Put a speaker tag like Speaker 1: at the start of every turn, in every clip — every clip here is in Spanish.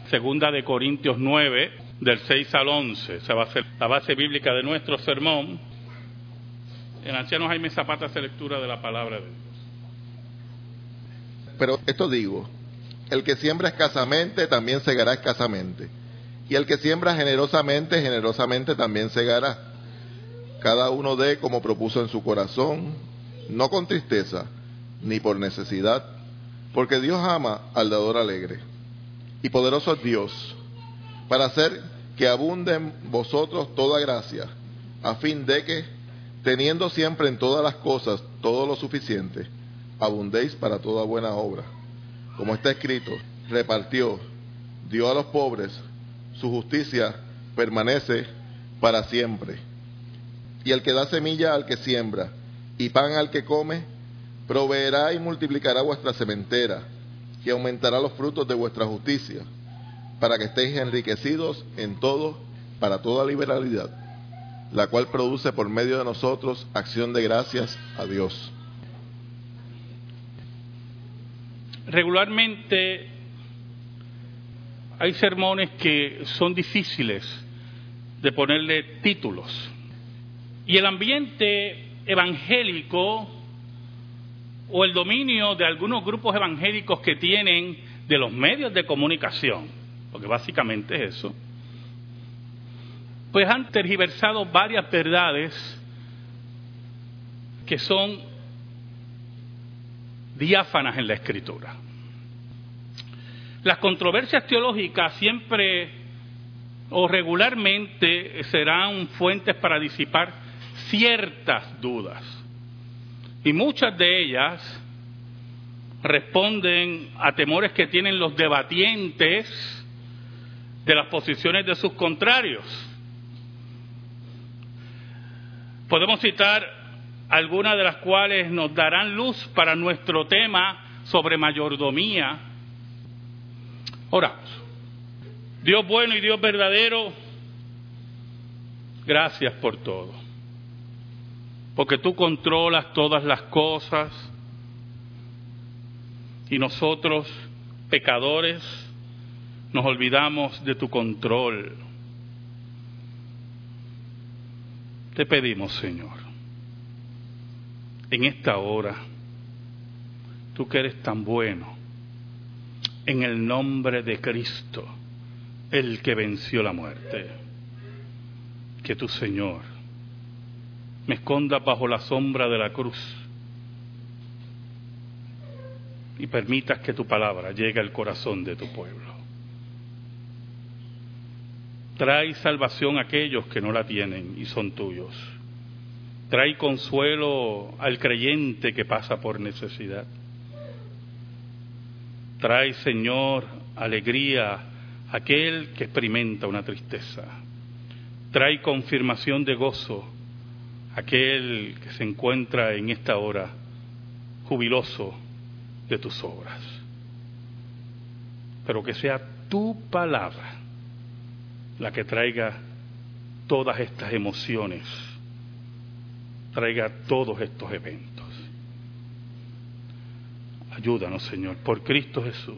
Speaker 1: Segunda de Corintios 9, del 6 al 11. Esa va a ser la base bíblica de nuestro sermón. El anciano Jaime Zapata hace lectura de la palabra de Dios.
Speaker 2: Pero esto digo, el que siembra escasamente también segará escasamente, y el que siembra generosamente, generosamente también segará. Cada uno dé como propuso en su corazón, no con tristeza, ni por necesidad, porque Dios ama al dador alegre. Y poderoso es Dios, para hacer que abunde en vosotros toda gracia, a fin de que, teniendo siempre en todas las cosas todo lo suficiente, abundéis para toda buena obra. Como está escrito, repartió, dio a los pobres, su justicia permanece para siempre. Y el que da semilla al que siembra, y pan al que come, proveerá y multiplicará vuestra sementera, y aumentará los frutos de vuestra justicia, para que estéis enriquecidos en todo, para toda liberalidad, la cual produce por medio de nosotros acción de gracias a Dios.
Speaker 1: Regularmente hay sermones que son difíciles de ponerle títulos. Y el ambiente evangélico o el dominio de algunos grupos evangélicos que tienen de los medios de comunicación, porque básicamente es eso, pues han tergiversado varias verdades que son diáfanas en la Escritura. Las controversias teológicas siempre o regularmente serán fuentes para disipar ciertas dudas, y muchas de ellas responden a temores que tienen los debatientes de las posiciones de sus contrarios. Podemos citar algunas de las cuales nos darán luz para nuestro tema sobre mayordomía. Oramos. Dios bueno y Dios verdadero, gracias por todo, porque tú controlas todas las cosas y nosotros, pecadores, nos olvidamos de tu control. Te pedimos, Señor, en esta hora, tú que eres tan bueno, en el nombre de Cristo, el que venció la muerte, que tu Señor me esconda bajo la sombra de la cruz y permitas que tu palabra llegue al corazón de tu pueblo. Trae salvación a aquellos que no la tienen y son tuyos. Trae consuelo al creyente que pasa por necesidad. Trae, Señor, alegría a aquel que experimenta una tristeza. Trae confirmación de gozo a aquel que se encuentra en esta hora jubiloso de tus obras. Pero que sea tu palabra la que traiga todas estas emociones, traiga todos estos eventos. Ayúdanos, Señor, por Cristo Jesús.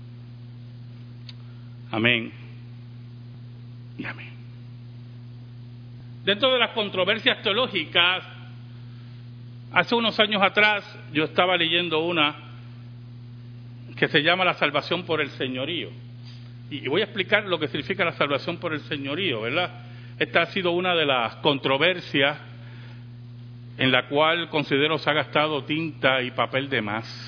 Speaker 1: Amén y amén. Dentro de las controversias teológicas, hace unos años atrás yo estaba leyendo una que se llama la salvación por el señorío. Y voy a explicar lo que significa la salvación por el señorío, ¿verdad? Esta ha sido una de las controversias en la cual considero se ha gastado tinta y papel de más.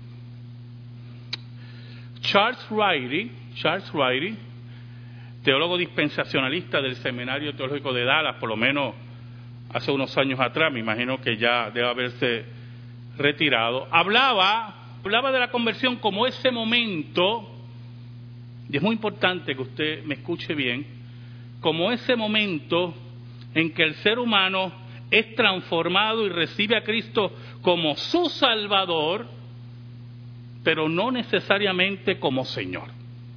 Speaker 1: Charles Ryrie, teólogo dispensacionalista del Seminario Teológico de Dallas, por lo menos hace unos años atrás, me imagino que ya debe haberse retirado, hablaba de la conversión como ese momento, y es muy importante que usted me escuche bien, como ese momento en que el ser humano es transformado y recibe a Cristo como su Salvador, pero no necesariamente como Señor.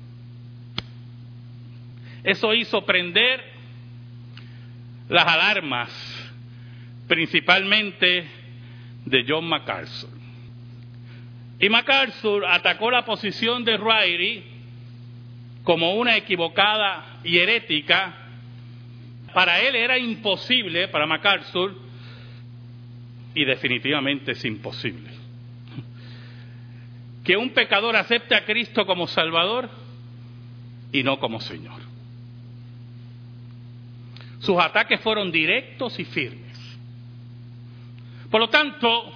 Speaker 1: Eso hizo prender las alarmas, principalmente de John MacArthur. Y MacArthur atacó la posición de Ryrie como una equivocada y herética, para él era imposible, para MacArthur, y definitivamente es imposible, que un pecador acepte a Cristo como Salvador y no como Señor. Sus ataques fueron directos y firmes. Por lo tanto,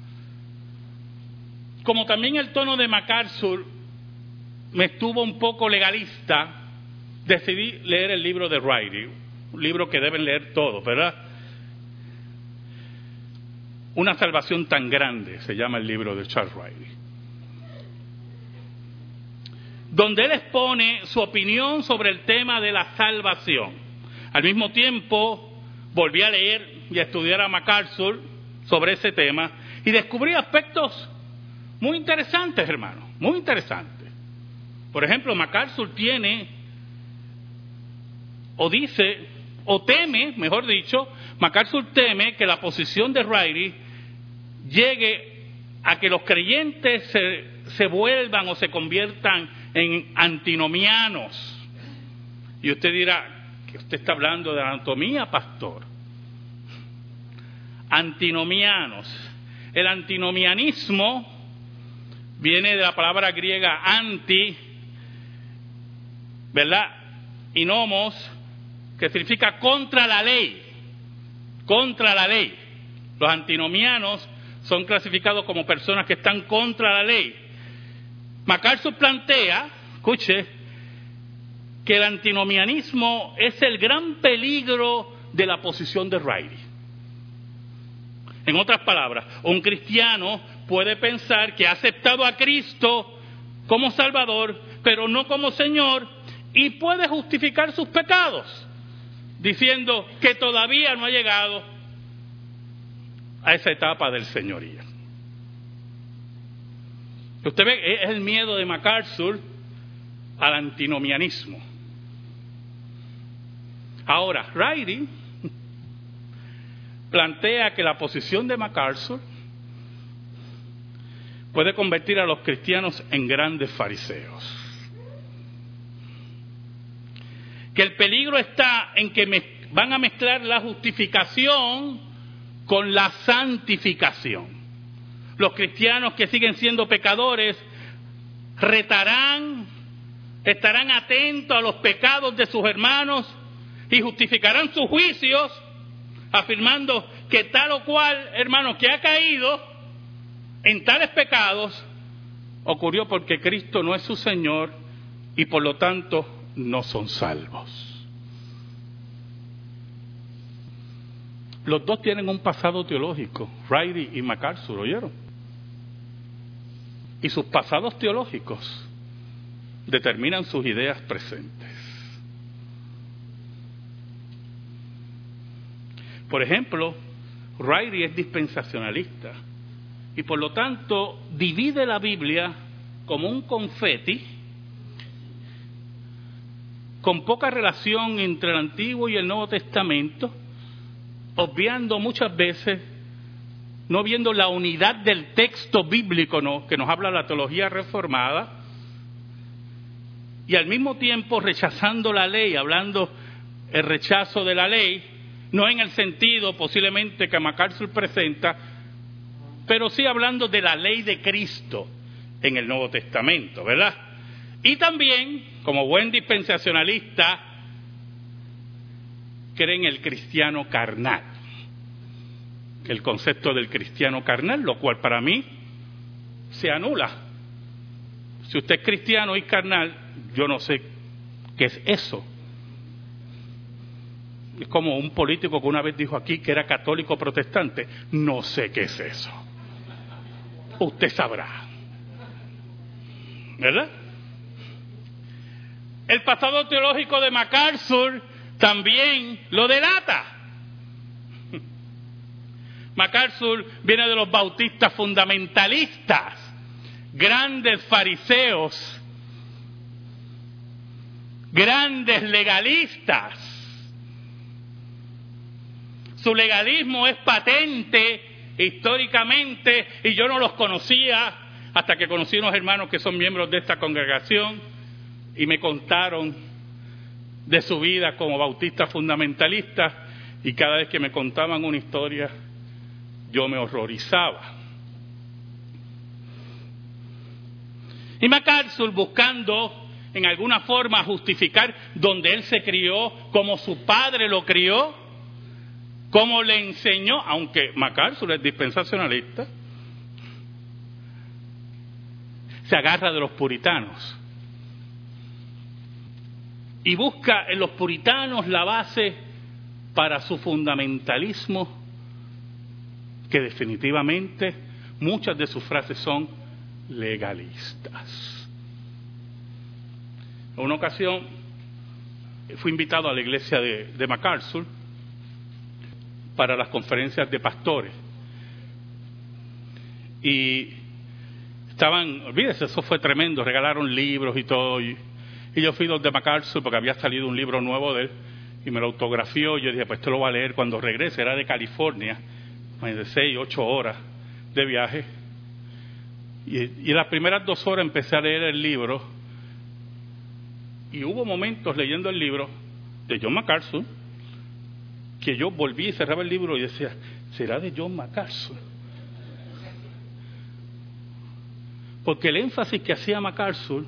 Speaker 1: como también el tono de MacArthur me estuvo un poco legalista, decidí leer el libro de Riley, un libro que deben leer todos, ¿verdad? Una salvación tan grande, se llama el libro de Charles Riley, donde él expone su opinión sobre el tema de la salvación. Al mismo tiempo, volví a leer y a estudiar a MacArthur sobre ese tema y descubrí aspectos muy interesantes, hermanos, muy interesantes. Por ejemplo, MacArthur tiene, o dice, o teme, mejor dicho, MacArthur teme que la posición de Riley llegue a que los creyentes se vuelvan o se conviertan en antinomianos. Y usted dirá, que usted está hablando de anatomía, pastor. Antinomianos. El antinomianismo viene de la palabra griega anti, ¿verdad? Y nomos, que significa contra la ley. Contra la ley. Los antinomianos son clasificados como personas que están contra la ley. MacArthur plantea, escuche, que el antinomianismo es el gran peligro de la posición de Riley. En otras palabras, un cristiano puede pensar que ha aceptado a Cristo como Salvador, pero no como Señor, y puede justificar sus pecados, diciendo que todavía no ha llegado a esa etapa del señorío. Usted ve, es el miedo de MacArthur al antinomianismo. Ahora, Riley plantea que la posición de MacArthur puede convertir a los cristianos en grandes fariseos. Que el peligro está en que van a mezclar la justificación con la santificación. Los cristianos que siguen siendo pecadores estarán atentos a los pecados de sus hermanos y justificarán sus juicios, afirmando que tal o cual hermano que ha caído en tales pecados ocurrió porque Cristo no es su Señor y por lo tanto no son salvos. Los dos tienen un pasado teológico, Riley y MacArthur, ¿oyeron? Y sus pasados teológicos determinan sus ideas presentes. Por ejemplo, Riley es dispensacionalista y por lo tanto divide la Biblia como un confeti con poca relación entre el Antiguo y el Nuevo Testamento, obviando muchas veces, no viendo la unidad del texto bíblico, ¿no?, que nos habla la teología reformada, y al mismo tiempo rechazando la ley, hablando el rechazo de la ley, no en el sentido posiblemente que MacArthur presenta, pero sí hablando de la ley de Cristo en el Nuevo Testamento, ¿verdad? Y también, como buen dispensacionalista, cree en el cristiano carnal, el concepto del cristiano carnal, lo cual para mí se anula. Si usted es cristiano y carnal, yo no sé qué es eso. Es como un político que una vez dijo aquí que era católico protestante. No sé qué es eso. Usted sabrá. ¿Verdad? El pasado teológico de MacArthur también lo delata. MacArthur viene de los bautistas fundamentalistas, grandes fariseos, grandes legalistas. Su legalismo es patente históricamente y yo no los conocía hasta que conocí unos hermanos que son miembros de esta congregación y me contaron de su vida como bautista fundamentalista, y cada vez que me contaban una historia, yo me horrorizaba. Y MacArthur, buscando en alguna forma justificar donde él se crió, cómo su padre lo crió, cómo le enseñó, aunque MacArthur es dispensacionalista, se agarra de los puritanos y busca en los puritanos la base para su fundamentalismo, que definitivamente muchas de sus frases son legalistas. En una ocasión fui invitado a la iglesia de MacArthur para las conferencias de pastores, y estaban, olvídese, eso fue tremendo, regalaron libros y todo, y yo fui donde MacArthur porque había salido un libro nuevo de él y me lo autografió, y yo dije, pues esto lo voy a leer cuando regrese. Era de California, más de 6, 8 horas de viaje, y las primeras 2 horas empecé a leer el libro, y hubo momentos leyendo el libro de John MacArthur que yo volví y cerraba el libro y decía, ¿será de John MacArthur? Porque el énfasis que hacía MacArthur,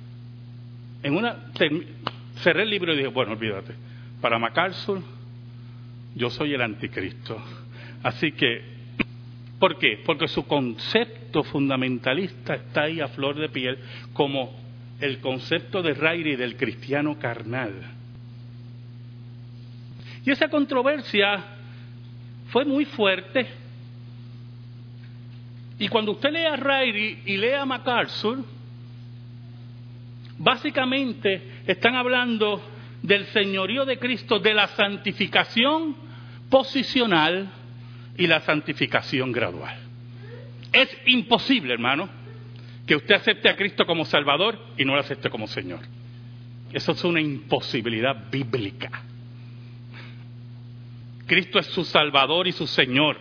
Speaker 1: cerré el libro y dije, bueno, olvídate, para MacArthur yo soy el anticristo. Así que, ¿por qué? Porque su concepto fundamentalista está ahí a flor de piel, como el concepto de Ryrie del cristiano carnal. Y esa controversia fue muy fuerte. Y cuando usted lee a Ryrie y lee a MacArthur, básicamente están hablando del señorío de Cristo, de la santificación posicional y la santificación gradual. Es imposible, hermano, que usted acepte a Cristo como Salvador y no lo acepte como Señor. Eso es una imposibilidad bíblica. Cristo es su Salvador y su Señor.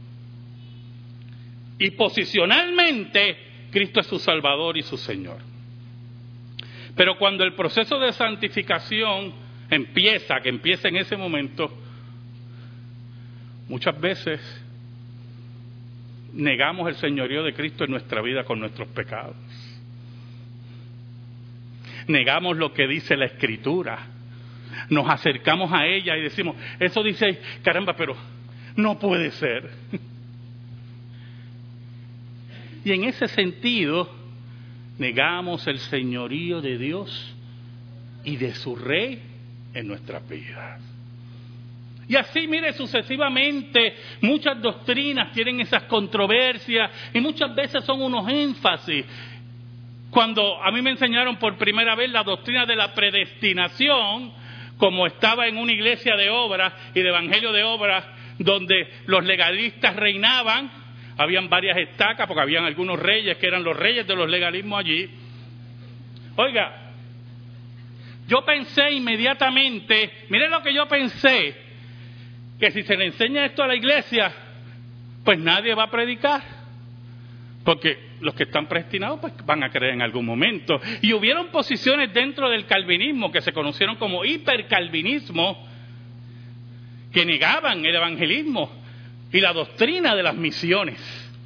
Speaker 1: Y posicionalmente, Cristo es su Salvador y su Señor. Pero cuando el proceso de santificación empieza en ese momento, muchas veces negamos el señorío de Cristo en nuestra vida con nuestros pecados. Negamos lo que dice la Escritura. Nos acercamos a ella y decimos, eso dice, caramba, pero no puede ser. Y en ese sentido, negamos el señorío de Dios y de su Rey en nuestras vidas. Y así, mire, sucesivamente, muchas doctrinas tienen esas controversias y muchas veces son unos énfasis. Cuando a mí me enseñaron por primera vez la doctrina de la predestinación, como estaba en una iglesia de obras y de evangelio de obras, donde los legalistas reinaban, habían varias estacas, porque habían algunos reyes que eran los reyes de los legalismos allí. Oiga, yo pensé inmediatamente, mire lo que yo pensé, que si se le enseña esto a la iglesia, pues nadie va a predicar, porque los que están predestinados pues van a creer en algún momento. Y hubieron posiciones dentro del calvinismo que se conocieron como hipercalvinismo, que negaban el evangelismo y la doctrina de las misiones.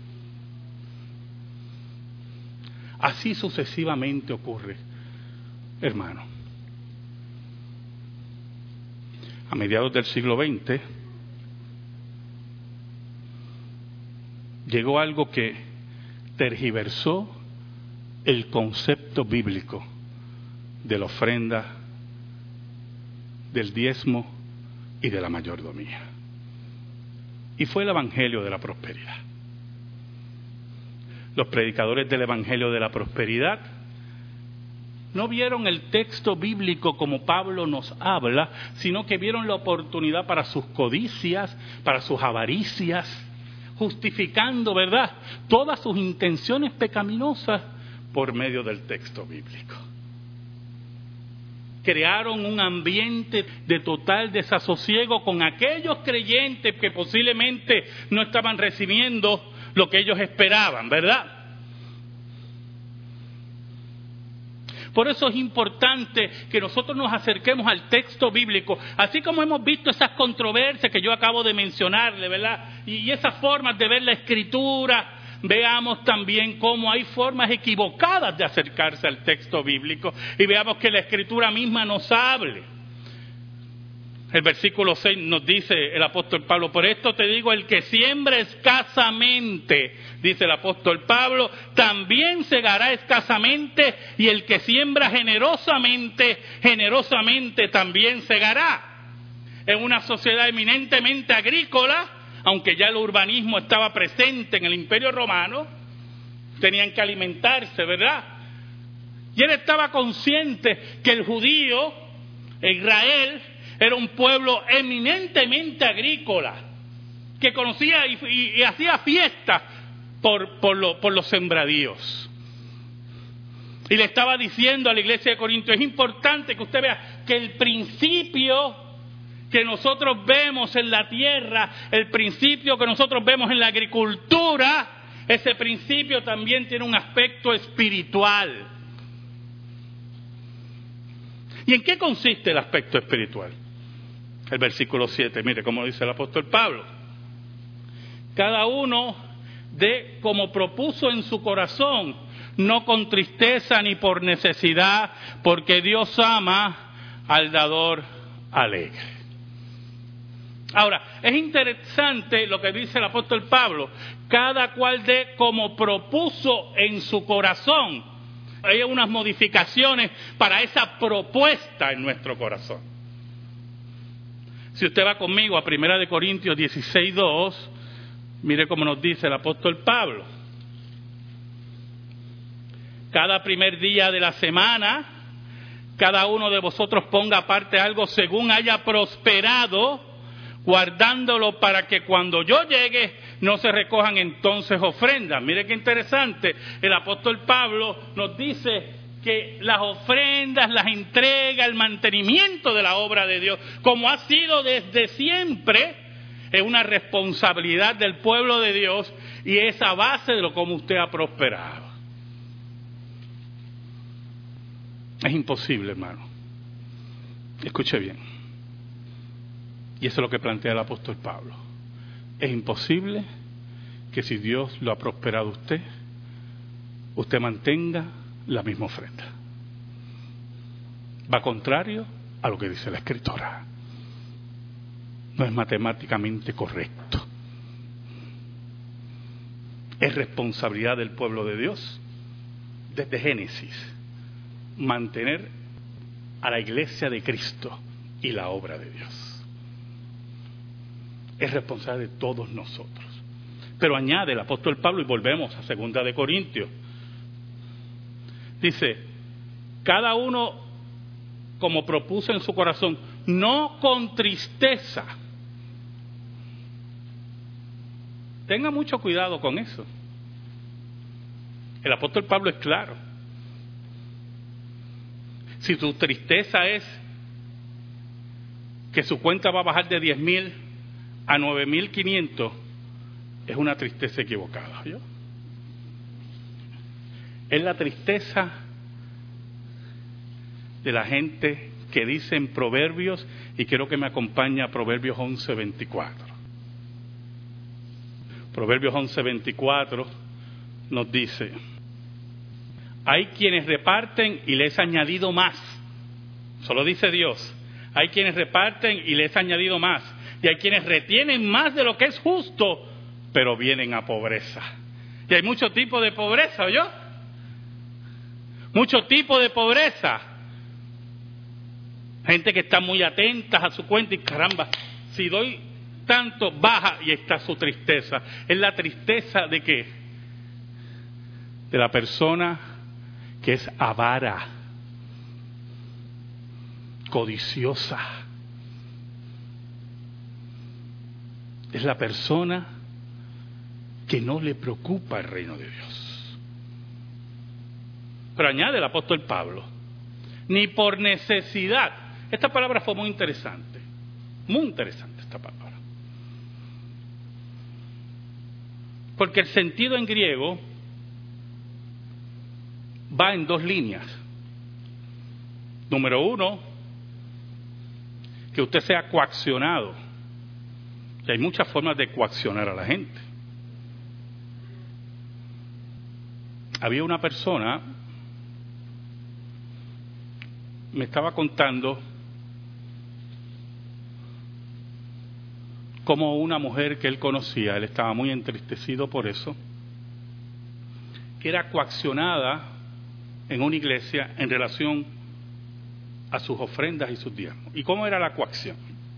Speaker 1: Así sucesivamente ocurre, hermano. A mediados del siglo XX llegó algo que tergiversó el concepto bíblico de la ofrenda, del diezmo y de la mayordomía. Y fue el evangelio de la prosperidad. Los predicadores del evangelio de la prosperidad no vieron el texto bíblico como Pablo nos habla, sino que vieron la oportunidad para sus codicias, para sus avaricias, justificando, ¿verdad?, todas sus intenciones pecaminosas por medio del texto bíblico. Crearon un ambiente de total desasosiego con aquellos creyentes que posiblemente no estaban recibiendo lo que ellos esperaban, ¿verdad? Por eso es importante que nosotros nos acerquemos al texto bíblico, así como hemos visto esas controversias que yo acabo de mencionarle, ¿verdad? Y esas formas de ver la Escritura, veamos también cómo hay formas equivocadas de acercarse al texto bíblico y veamos que la Escritura misma nos hable. El versículo 6 nos dice el apóstol Pablo: por esto te digo, el que siembra escasamente, dice el apóstol Pablo, también segará escasamente, y el que siembra generosamente, generosamente también segará. En una sociedad eminentemente agrícola, aunque ya el urbanismo estaba presente en el Imperio Romano, tenían que alimentarse, ¿verdad? Y él estaba consciente que el judío, Israel, era un pueblo eminentemente agrícola, que conocía y hacía fiestas por los sembradíos. Y le estaba diciendo a la iglesia de Corinto: es importante que usted vea que el principio que nosotros vemos en la tierra, el principio que nosotros vemos en la agricultura, ese principio también tiene un aspecto espiritual. ¿Y en qué consiste el aspecto espiritual? El versículo 7, mire cómo dice el apóstol Pablo: cada uno dé como propuso en su corazón, no con tristeza ni por necesidad, porque Dios ama al dador alegre. Ahora, es interesante lo que dice el apóstol Pablo: cada cual dé como propuso en su corazón. Hay unas modificaciones para esa propuesta en nuestro corazón. Si usted va conmigo a 1 Corintios 16:2, mire cómo nos dice el apóstol Pablo: cada primer día de la semana, cada uno de vosotros ponga aparte algo según haya prosperado, guardándolo para que cuando yo llegue no se recojan entonces ofrendas. Mire qué interesante, el apóstol Pablo nos dice que las ofrendas, las entregas, el mantenimiento de la obra de Dios, como ha sido desde siempre, es una responsabilidad del pueblo de Dios y es a base de lo como usted ha prosperado. Es imposible, hermano. Escuche bien. Y eso es lo que plantea el apóstol Pablo. Es imposible que si Dios lo ha prosperado a usted mantenga la misma ofrenda. Va contrario a lo que dice la Escritura. No es matemáticamente correcto. Es responsabilidad del pueblo de Dios, desde Génesis, mantener a la iglesia de Cristo y la obra de Dios. Es responsabilidad de todos nosotros. Pero añade el apóstol Pablo, y volvemos a 2 Corintios, dice: cada uno como propuso en su corazón, no con tristeza. Tenga mucho cuidado con eso. El apóstol Pablo es claro. Si tu tristeza es que su cuenta va a bajar de 10,000 a 9,500, es una tristeza equivocada, ¿yo? Es la tristeza de la gente que dice en Proverbios, y quiero que me acompañe a Proverbios 11:24. Proverbios 11:24 nos dice: hay quienes reparten y les he añadido más. Solo dice Dios. Hay quienes reparten y les he añadido más. Y hay quienes retienen más de lo que es justo, pero vienen a pobreza. Y hay muchos tipos de pobreza, ¿oyó? Muchos tipos de pobreza. Gente que está muy atentas a su cuenta y caramba, si doy tanto, baja, y está su tristeza. Es la tristeza de ¿qué? De la persona que es avara, codiciosa. Es la persona que no le preocupa el reino de Dios. Pero añade el apóstol Pablo: ni por necesidad. Esta palabra fue muy interesante esta palabra. Porque el sentido en griego va en dos líneas. Número uno, que usted sea coaccionado. Y hay muchas formas de coaccionar a la gente. Había una persona, me estaba contando cómo una mujer que él conocía, él estaba muy entristecido por eso, que era coaccionada en una iglesia en relación a sus ofrendas y sus diezmos. ¿Y cómo era la coacción?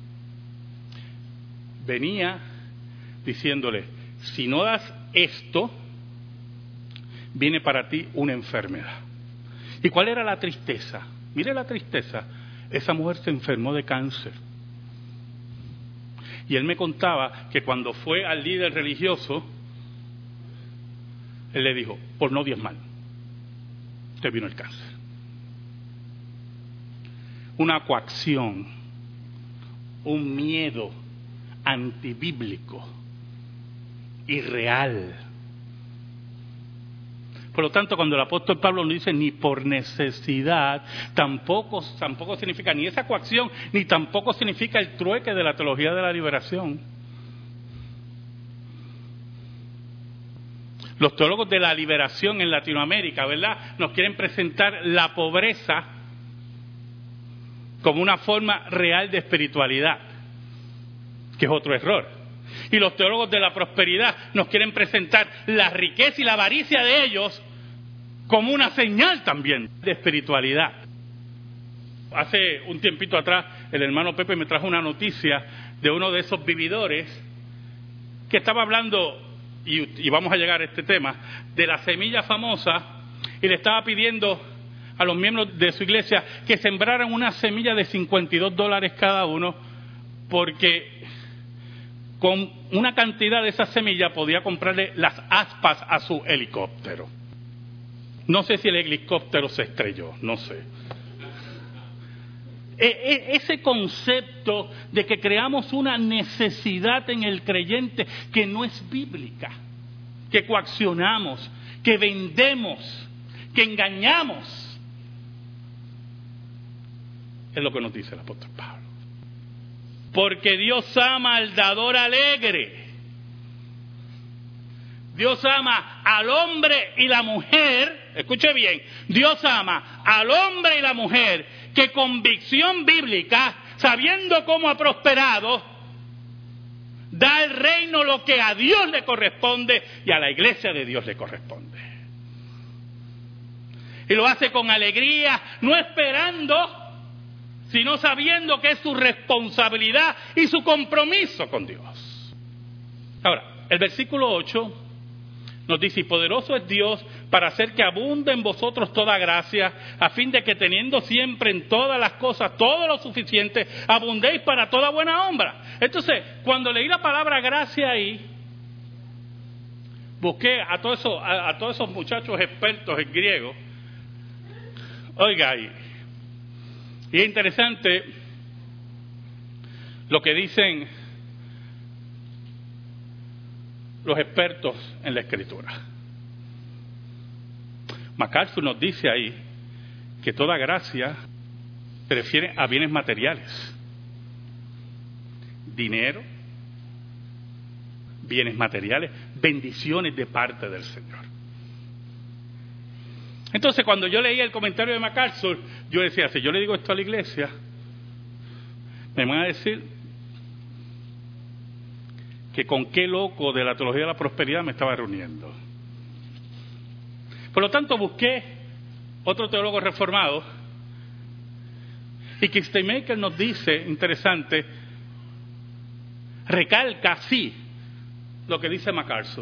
Speaker 1: Venía diciéndole, si no das esto, viene para ti una enfermedad. ¿Y cuál era la tristeza? Mire la tristeza. Esa mujer se enfermó de cáncer. Y él me contaba que cuando fue al líder religioso, él le dijo, por no diezmar, te vino el cáncer. Una coacción, un miedo antibíblico, irreal. Por lo tanto, cuando el apóstol Pablo nos dice ni por necesidad, tampoco significa ni esa coacción, ni tampoco significa el trueque de la teología de la liberación. Los teólogos de la liberación en Latinoamérica, ¿verdad?, nos quieren presentar la pobreza como una forma real de espiritualidad, que es otro error. Y los teólogos de la prosperidad nos quieren presentar la riqueza y la avaricia de ellos como una señal también de espiritualidad. Hace un tiempito atrás el hermano Pepe me trajo una noticia de uno de esos vividores que estaba hablando, y vamos a llegar a este tema, de la semilla famosa, y le estaba pidiendo a los miembros de su iglesia que sembraran una semilla de $52 cada uno, porque con una cantidad de esa semilla podía comprarle las aspas a su helicóptero. No sé si el helicóptero se estrelló, no sé. Ese concepto de que creamos una necesidad en el creyente que no es bíblica, que coaccionamos, que vendemos, que engañamos, es lo que nos dice el apóstol Pablo. Porque Dios ama al dador alegre. Dios ama al hombre y la mujer, escuche bien, Dios ama al hombre y la mujer que con convicción bíblica, sabiendo cómo ha prosperado, da al reino lo que a Dios le corresponde y a la iglesia de Dios le corresponde. Y lo hace con alegría, no esperando, sino sabiendo que es su responsabilidad y su compromiso con Dios. Ahora, el versículo 8 nos dice, y poderoso es Dios para hacer que abunde en vosotros toda gracia, a fin de que teniendo siempre en todas las cosas todo lo suficiente, abundéis para toda buena obra. Entonces, cuando leí la palabra gracia ahí, busqué a todos esos muchachos expertos en griego. Oiga ahí. Y es interesante lo que dicen los expertos en la Escritura. MacArthur nos dice ahí que toda gracia se refiere a bienes materiales, dinero, bienes materiales, bendiciones de parte del Señor. Entonces, cuando yo leía el comentario de MacArthur, yo decía, si yo le digo esto a la iglesia, me van a decir que con qué loco de la teología de la prosperidad me estaba reuniendo. Por lo tanto, busqué otro teólogo reformado, y Kistemaker nos dice, interesante, recalca, sí, lo que dice MacArthur,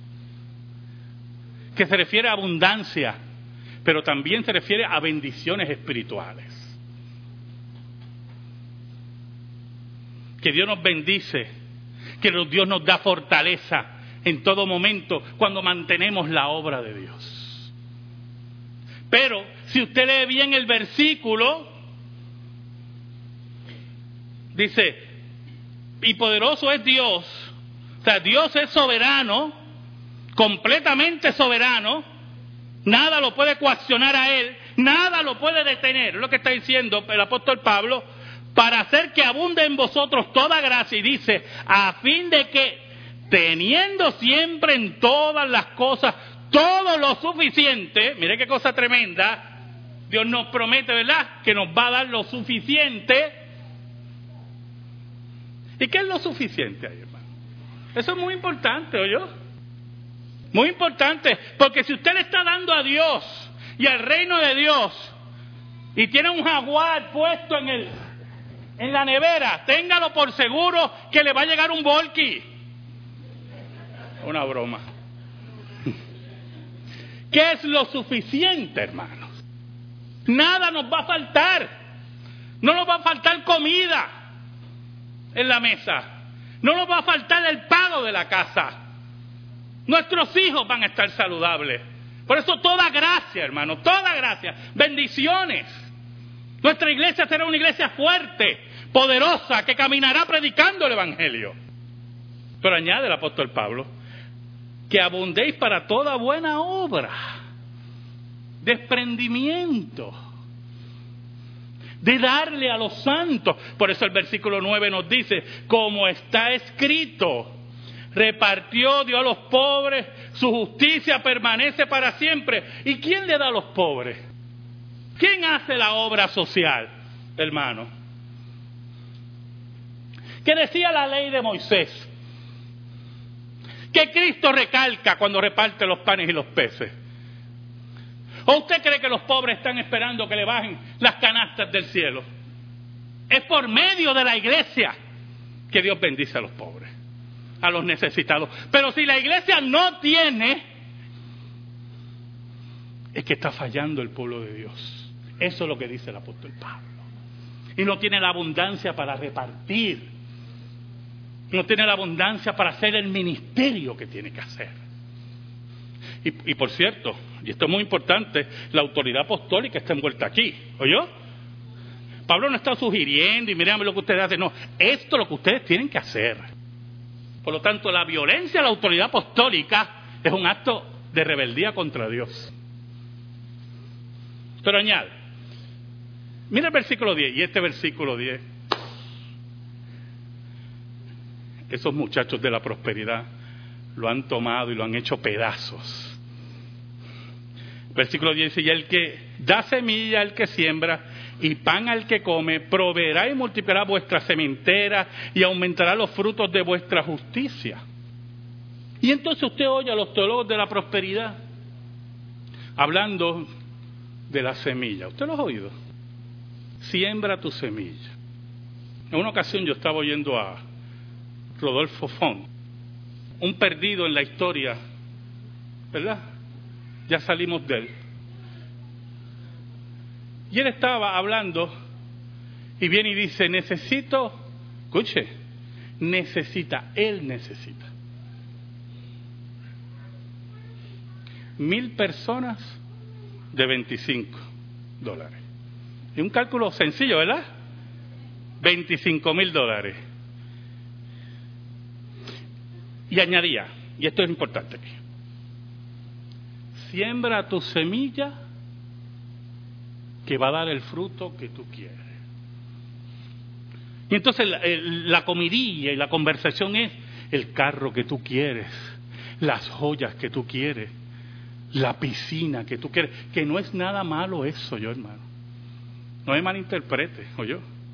Speaker 1: que se refiere a abundancia, pero también se refiere a bendiciones espirituales. Que Dios nos bendice, que Dios nos da fortaleza en todo momento cuando mantenemos la obra de Dios. Pero si usted lee bien el versículo, dice, y poderoso es Dios, o sea, Dios es soberano, completamente soberano, nada lo puede coaccionar a Él, Nada lo puede detener, es lo que está diciendo el apóstol Pablo, para hacer que abunde en vosotros toda gracia, y dice, a fin de que, teniendo siempre en todas las cosas todo lo suficiente, mire qué cosa tremenda, Dios nos promete, ¿verdad?, que nos va a dar lo suficiente. ¿Y qué es lo suficiente ahí, hermano? Eso es muy importante, ¿oyó? Muy importante, porque si usted le está dando a Dios y al reino de Dios, y tiene un jaguar puesto en la nevera, téngalo por seguro que le va a llegar un volky. Una broma. ¿Qué es lo suficiente, hermanos? Nada nos va a faltar. No nos va a faltar comida en la mesa. No nos va a faltar el pago de la casa. Nuestros hijos van a estar saludables. Por eso toda gracia, hermano, toda gracia, bendiciones. Nuestra iglesia será una iglesia fuerte, poderosa, que caminará predicando el evangelio. Pero añade el apóstol Pablo, que abundéis para toda buena obra, desprendimiento, de darle a los santos. Por eso el versículo 9 nos dice, como está escrito, repartió, dio a los pobres, su justicia permanece para siempre. ¿Y quién le da a los pobres? ¿Quién hace la obra social, hermano? ¿Qué decía la ley de Moisés? ¿Qué Cristo recalca cuando reparte los panes y los peces? ¿O usted cree que los pobres están esperando que le bajen las canastas del cielo? Es por medio de la iglesia que Dios bendice a los pobres, a los necesitados. Pero si la iglesia no tiene, es que está fallando el pueblo de Dios. Eso es lo que dice el apóstol Pablo. Y no tiene la abundancia para repartir. No tiene la abundancia para hacer el ministerio que tiene que hacer. Y por cierto, y esto es muy importante, la autoridad apostólica está envuelta aquí. ¿Oyó? Pablo no está sugiriendo y miren lo que ustedes hacen. No, esto es lo que ustedes tienen que hacer. Por lo tanto, la violencia a la autoridad apostólica es un acto de rebeldía contra Dios. Pero añade, mira el versículo 10, y este versículo 10. Esos muchachos de la prosperidad lo han tomado y lo han hecho pedazos. Versículo 10 dice, y el que da semilla al que siembra y pan al que come, proveerá y multiplicará vuestra sementera y aumentará los frutos de vuestra justicia. Y entonces usted oye a los teólogos de la prosperidad hablando de la semilla. ¿Usted lo ha oído? Siembra tu semilla. En una ocasión yo estaba oyendo a Rodolfo Font, un perdido en la historia, ¿verdad? Ya salimos de él. Y él estaba hablando y viene y dice, él necesita 1,000 personas de $25. Y un cálculo sencillo, ¿verdad? $25,000. Y añadía, y esto es importante aquí, siembra tu semilla que va a dar el fruto que tú quieres. Y entonces la comidilla y la conversación es el carro que tú quieres, las joyas que tú quieres, la piscina que tú quieres, que no es nada malo eso, yo hermano. No me malinterprete, ¿oyó?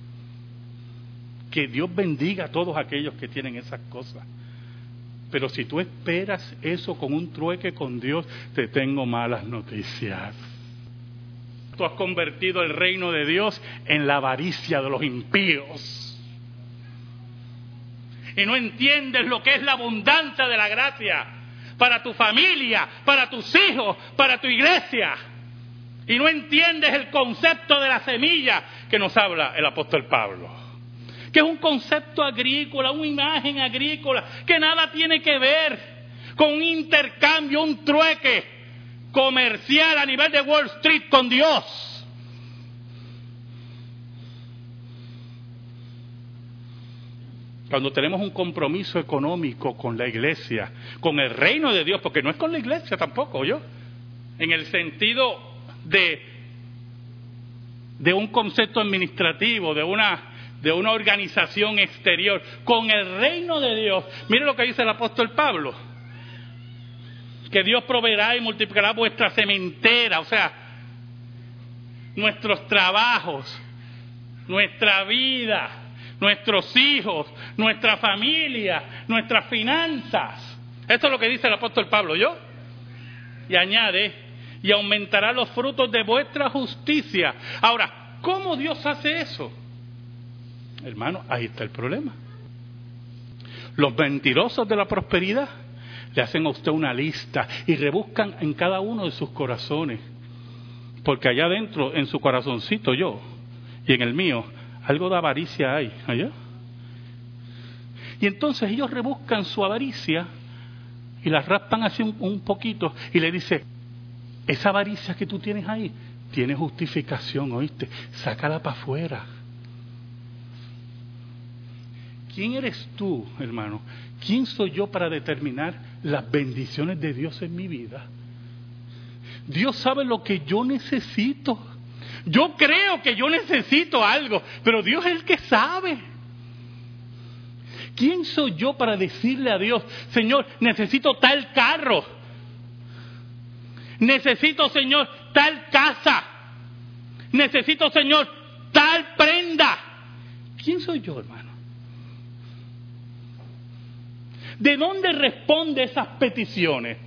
Speaker 1: Que Dios bendiga a todos aquellos que tienen esas cosas. Pero si tú esperas eso con un trueque con Dios, te tengo malas noticias. Tú has convertido el reino de Dios en la avaricia de los impíos. Y no entiendes lo que es la abundancia de la gracia para tu familia, para tus hijos, para tu iglesia. Y no entiendes el concepto de la semilla que nos habla el apóstol Pablo, que es un concepto agrícola, una imagen agrícola, que nada tiene que ver con un intercambio, un trueque comercial a nivel de Wall Street con Dios. Cuando tenemos un compromiso económico con la iglesia, con el reino de Dios, porque no es con la iglesia tampoco, ¿yo? En el sentido de de un concepto administrativo, de una organización exterior, con el reino de Dios. Mire lo que dice el apóstol Pablo, que Dios proveerá y multiplicará vuestra sementera, o sea, nuestros trabajos, nuestra vida, nuestros hijos, nuestra familia, nuestras finanzas. Esto es lo que dice el apóstol Pablo, ¿yo? Y añade, y aumentará los frutos de vuestra justicia. Ahora, ¿cómo Dios hace eso? Hermano, ahí está el problema. Los mentirosos de la prosperidad le hacen a usted una lista y rebuscan en cada uno de sus corazones. Porque allá adentro, en su corazoncito yo, y en el mío, algo de avaricia hay, allá. Y entonces ellos rebuscan su avaricia y la raspan así un poquito y le dice, esa avaricia que tú tienes ahí, tiene justificación, ¿oíste? Sácala para afuera. ¿Quién eres tú, hermano? ¿Quién soy yo para determinar las bendiciones de Dios en mi vida? Dios sabe lo que yo necesito. Yo creo que yo necesito algo, pero Dios es el que sabe. ¿Quién soy yo para decirle a Dios, Señor, necesito tal carro? Necesito, Señor, tal casa. Necesito, Señor, tal prenda. ¿Quién soy yo, hermano? ¿De dónde responde esas peticiones?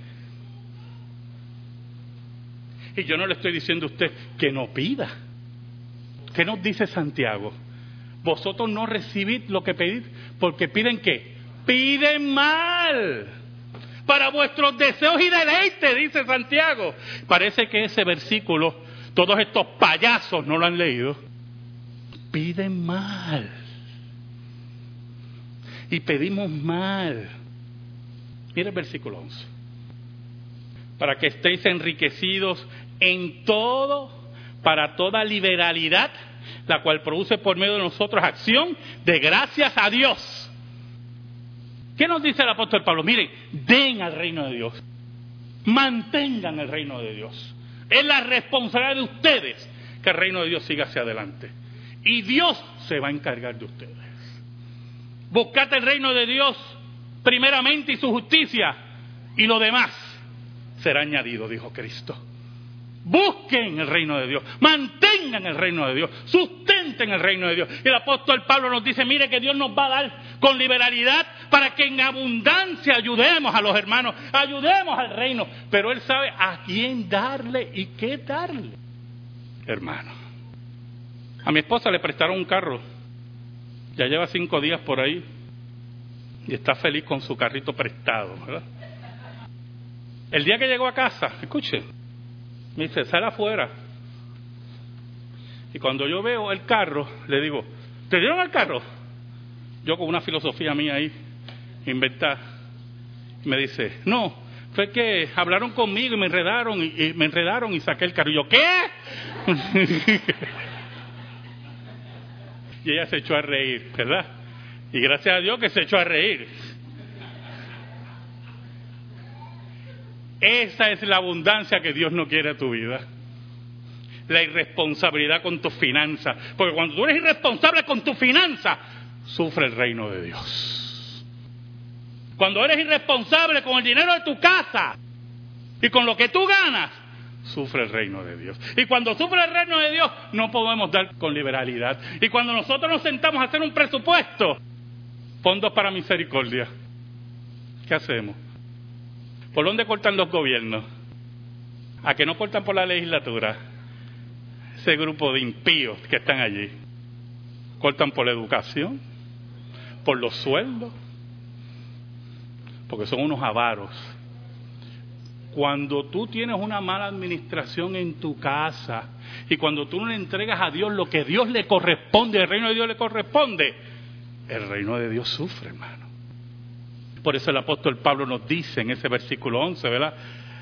Speaker 1: Y yo no le estoy diciendo a usted que no pida. ¿Qué nos dice Santiago? Vosotros no recibid lo que pedid, porque piden ¿qué? Piden mal, para vuestros deseos y deleites, dice Santiago. Parece que ese versículo, todos estos payasos no lo han leído. Piden mal. Y pedimos mal. Mira el versículo 11. Para que estéis enriquecidos en todo, para toda liberalidad, la cual produce por medio de nosotros acción de gracias a Dios. ¿Qué nos dice el apóstol Pablo? Miren, den al reino de Dios. Mantengan el reino de Dios. Es la responsabilidad de ustedes que el reino de Dios siga hacia adelante. Y Dios se va a encargar de ustedes. Buscad el reino de Dios primeramente y su justicia, y lo demás será añadido, dijo Cristo. Busquen el reino de Dios, mantengan el reino de Dios, sustenten el reino de Dios. Y el apóstol Pablo nos dice, mire que Dios nos va a dar con liberalidad para que en abundancia ayudemos a los hermanos, ayudemos al reino. Pero Él sabe a quién darle y qué darle. Hermano, a mi esposa le prestaron un carro, ya lleva 5 días por ahí y está feliz con su carrito prestado, ¿verdad? El día que llegó a casa, escuche, me dice, sal afuera. Y cuando yo veo el carro, le digo, ¿te dieron el carro? Yo con una filosofía mía ahí, inventada. Y me dice, no, fue que hablaron conmigo y me enredaron y saqué el carro. Y yo, ¿qué? Y ella se echó a reír, ¿verdad? Y gracias a Dios que se echó a reír. Esa es la abundancia que Dios no quiere a tu vida. La irresponsabilidad con tus finanzas. Porque cuando tú eres irresponsable con tus finanzas, sufre el reino de Dios. Cuando eres irresponsable con el dinero de tu casa y con lo que tú ganas, sufre el reino de Dios. Y cuando sufre el reino de Dios, no podemos dar con liberalidad. Y cuando nosotros nos sentamos a hacer un presupuesto, fondos para misericordia, ¿qué hacemos? ¿Por dónde cortan los gobiernos? ¿A que no cortan por la legislatura? Ese grupo de impíos que están allí. Cortan por la educación, por los sueldos, porque son unos avaros. Cuando tú tienes una mala administración en tu casa y cuando tú no le entregas a Dios lo que a Dios le corresponde, el reino de Dios le corresponde, el reino de Dios sufre, hermano. Por eso el apóstol Pablo nos dice en ese versículo 11, ¿verdad?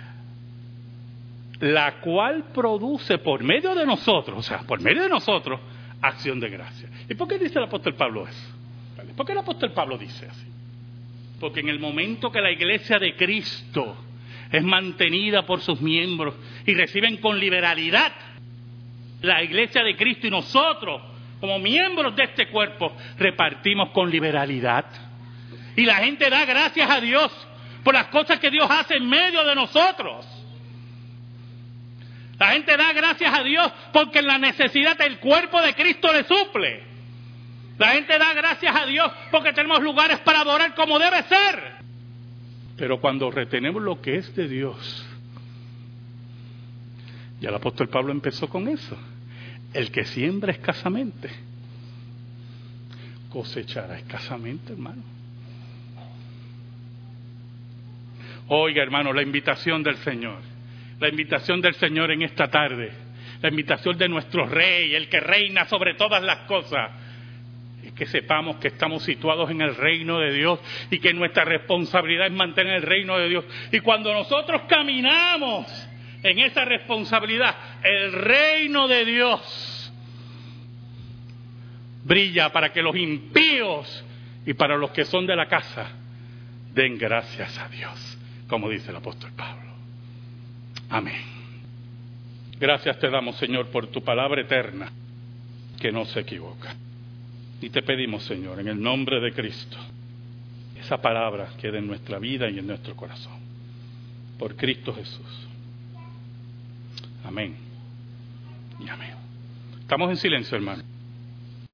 Speaker 1: La cual produce por medio de nosotros, o sea, por medio de nosotros, acción de gracia. ¿Y por qué dice el apóstol Pablo eso? ¿Por qué el apóstol Pablo dice así? Porque en el momento que la iglesia de Cristo es mantenida por sus miembros y reciben con liberalidad, la iglesia de Cristo y nosotros, como miembros de este cuerpo, repartimos con liberalidad. Y la gente da gracias a Dios por las cosas que Dios hace en medio de nosotros. La gente da gracias a Dios porque en la necesidad el cuerpo de Cristo le suple. La gente da gracias a Dios porque tenemos lugares para adorar como debe ser. Pero cuando retenemos lo que es de Dios, ya el apóstol Pablo empezó con eso. El que siembra escasamente, cosechará escasamente, hermano. Oiga, hermano, la invitación del Señor en esta tarde, la invitación de nuestro Rey, el que reina sobre todas las cosas, es que sepamos que estamos situados en el reino de Dios y que nuestra responsabilidad es mantener el reino de Dios. Y cuando nosotros caminamos en esa responsabilidad, el reino de Dios brilla para que los impíos y para los que son de la casa den gracias a Dios, como dice el apóstol Pablo. Amén. Gracias te damos, Señor, por tu palabra eterna, que no se equivoca. Y te pedimos, Señor, en el nombre de Cristo, esa palabra quede en nuestra vida y en nuestro corazón. Por Cristo Jesús. Amén y amén. Estamos en silencio, hermano.